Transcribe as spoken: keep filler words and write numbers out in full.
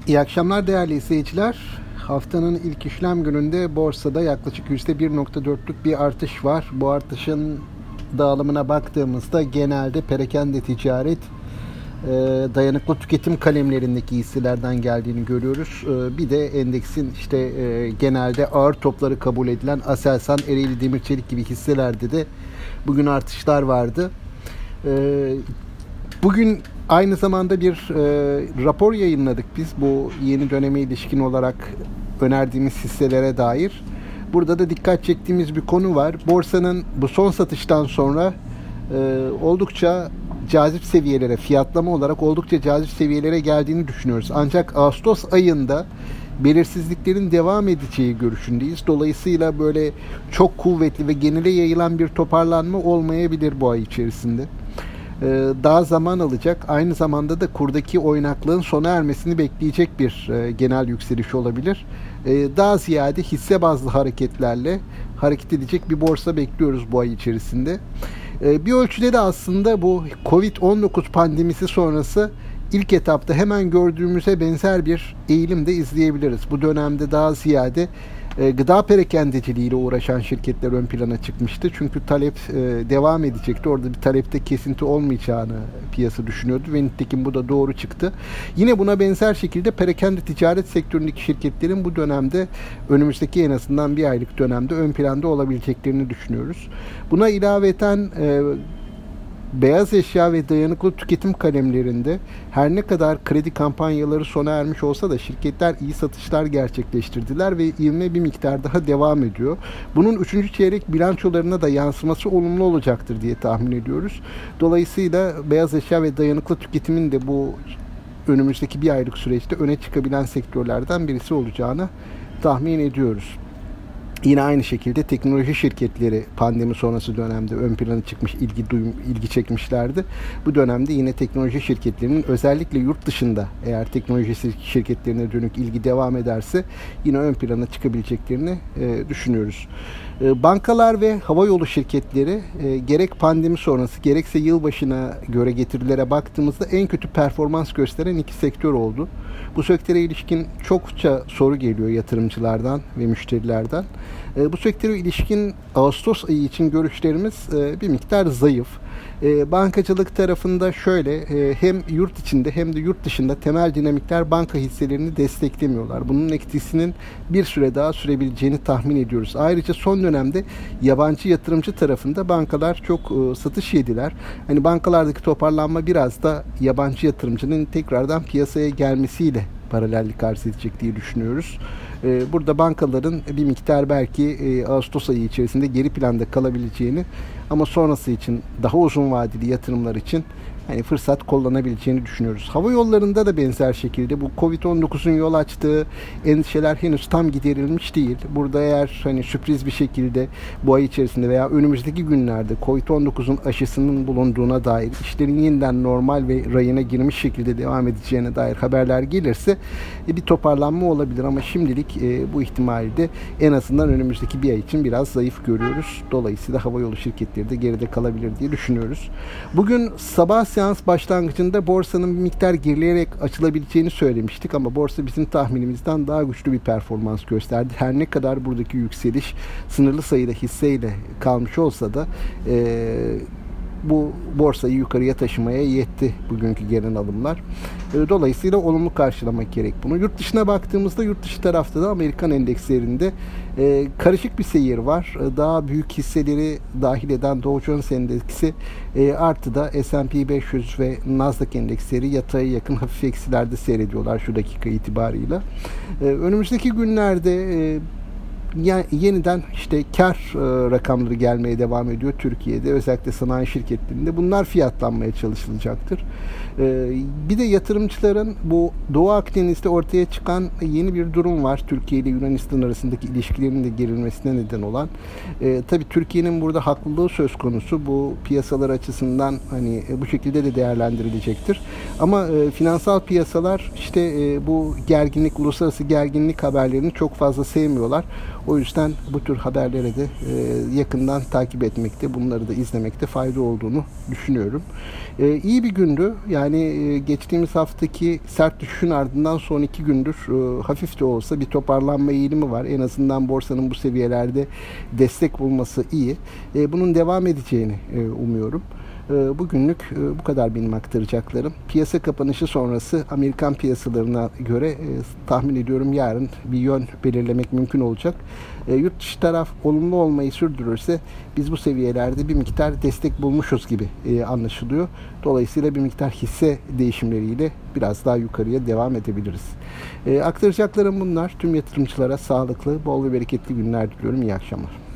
İyi akşamlar değerli izleyiciler. Haftanın ilk işlem gününde borsada yaklaşık yüzde bir virgül dörtlük bir artış var. Bu artışın dağılımına baktığımızda genelde perakende ticaret, dayanıklı tüketim kalemlerindeki hisselerden geldiğini görüyoruz. Bir de endeksin işte genelde ağır topları kabul edilen Aselsan, Ereğli Demir Çelik gibi hisselerde de bugün artışlar vardı. Bugün aynı zamanda bir e, rapor yayınladık biz bu yeni döneme ilişkin olarak önerdiğimiz hisselere dair. Burada da dikkat çektiğimiz bir konu var. Borsanın bu son satıştan sonra e, oldukça cazip seviyelere, fiyatlama olarak oldukça cazip seviyelere geldiğini düşünüyoruz. Ancak Ağustos ayında belirsizliklerin devam edeceği görüşündeyiz. Dolayısıyla böyle çok kuvvetli ve genele yayılan bir toparlanma olmayabilir bu ay içerisinde. Daha zaman alacak. Aynı zamanda da kurdaki oynaklığın sona ermesini bekleyecek bir genel yükseliş olabilir. Daha ziyade hisse bazlı hareketlerle hareket edecek bir borsa bekliyoruz bu ay içerisinde. Bir ölçüde de aslında bu kovid on dokuz pandemisi sonrası ilk etapta hemen gördüğümüze benzer bir eğilim de izleyebiliriz. Bu dönemde daha ziyade gıda perakendeciliğiyle uğraşan şirketler ön plana çıkmıştı. Çünkü talep devam edecekti. Orada bir talepte kesinti olmayacağını piyasa düşünüyordu ve nitekim bu da doğru çıktı. Yine buna benzer şekilde perakende ticaret sektöründeki şirketlerin bu dönemde önümüzdeki en azından bir aylık dönemde ön planda olabileceklerini düşünüyoruz. Buna ilaveten beyaz eşya ve dayanıklı tüketim kalemlerinde her ne kadar kredi kampanyaları sona ermiş olsa da şirketler iyi satışlar gerçekleştirdiler ve ivme bir miktar daha devam ediyor. Bunun üçüncü çeyrek bilançolarına da yansıması olumlu olacaktır diye tahmin ediyoruz. Dolayısıyla beyaz eşya ve dayanıklı tüketimin de bu önümüzdeki bir aylık süreçte öne çıkabilen sektörlerden birisi olacağını tahmin ediyoruz. Yine aynı şekilde teknoloji şirketleri pandemi sonrası dönemde ön plana çıkmış, ilgi duyum, ilgi çekmişlerdi. Bu dönemde yine teknoloji şirketlerinin özellikle yurt dışında eğer teknoloji şirketlerine dönük ilgi devam ederse yine ön plana çıkabileceklerini e, düşünüyoruz. E, bankalar ve havayolu şirketleri e, gerek pandemi sonrası gerekse yılbaşına göre getirilere baktığımızda en kötü performans gösteren iki sektör oldu. Bu sektöre ilişkin çokça soru geliyor yatırımcılardan ve müşterilerden. E, bu sektöre ilişkin Ağustos ayı için görüşlerimiz e, bir miktar zayıf. E, bankacılık tarafında şöyle e, hem yurt içinde hem de yurt dışında temel dinamikler banka hisselerini desteklemiyorlar. Bunun etkisinin bir süre daha sürebileceğini tahmin ediyoruz. Ayrıca son dönemde yabancı yatırımcı tarafında bankalar çok e, satış yediler. Hani bankalardaki toparlanma biraz da yabancı yatırımcının tekrardan piyasaya gelmesiyle paralellik arz edecek diye düşünüyoruz. Burada bankaların bir miktar belki Ağustos ayı içerisinde geri planda kalabileceğini ama sonrası için daha uzun vadeli yatırımlar için hani fırsat kullanabileceğini düşünüyoruz. Hava yollarında da benzer şekilde bu kovid on dokuzun yol açtığı endişeler henüz tam giderilmiş değil. Burada eğer hani sürpriz bir şekilde bu ay içerisinde veya önümüzdeki günlerde kovid on dokuzun aşısının bulunduğuna dair işlerin yeniden normal ve rayına girmiş şekilde devam edeceğine dair haberler gelirse bir toparlanma olabilir ama şimdilik bu ihtimali de en azından önümüzdeki bir ay için biraz zayıf görüyoruz. Dolayısıyla havayolu şirketleri de geride kalabilir diye düşünüyoruz. Bugün sabah seans başlangıcında borsanın bir miktar gerileyerek açılabileceğini söylemiştik ama borsa bizim tahminimizden daha güçlü bir performans gösterdi. Her ne kadar buradaki yükseliş sınırlı sayıda hisseyle kalmış olsa da e, bu borsayı yukarıya taşımaya yetti bugünkü gelen alımlar. Dolayısıyla olumlu karşılamak gerek bunu. Yurt dışına baktığımızda yurt dışı tarafta da Amerikan endekslerinde e, karışık bir seyir var. Daha büyük hisseleri dahil eden Dow Jones endeksi e, artıda S and P beş yüz ve Nasdaq endeksleri yataya yakın hafif eksilerde seyrediyorlar şu dakika itibarıyla. E, önümüzdeki günlerde e, Yani yeniden işte kar e, rakamları gelmeye devam ediyor Türkiye'de özellikle sanayi şirketlerinde. Bunlar fiyatlanmaya çalışılacaktır. E, bir de yatırımcıların bu Doğu Akdeniz'de ortaya çıkan yeni bir durum var. Türkiye ile Yunanistan arasındaki ilişkilerin de gerilmesine neden olan. E, tabii Türkiye'nin burada haklılığı söz konusu. Bu piyasalar açısından hani e, bu şekilde de değerlendirilecektir. Ama e, finansal piyasalar işte e, bu gerginlik, uluslararası gerginlik haberlerini çok fazla sevmiyorlar. O yüzden bu tür haberleri de e, yakından takip etmekte, bunları da izlemekte fayda olduğunu düşünüyorum. E, iyi bir gündü. Yani e, geçtiğimiz haftaki sert düşüşün ardından son iki gündür e, hafif de olsa bir toparlanma eğilimi var. En azından borsanın bu seviyelerde destek bulması iyi. E, bunun devam edeceğini e, umuyorum. Bugünlük bu kadar benim aktaracaklarım. Piyasa kapanışı sonrası Amerikan piyasalarına göre tahmin ediyorum yarın bir yön belirlemek mümkün olacak. Yurt dışı taraf olumlu olmayı sürdürürse biz bu seviyelerde bir miktar destek bulmuşuz gibi anlaşılıyor. Dolayısıyla bir miktar hisse değişimleriyle biraz daha yukarıya devam edebiliriz. Aktaracaklarım bunlar. Tüm yatırımcılara sağlıklı, bol ve bereketli günler diliyorum. İyi akşamlar.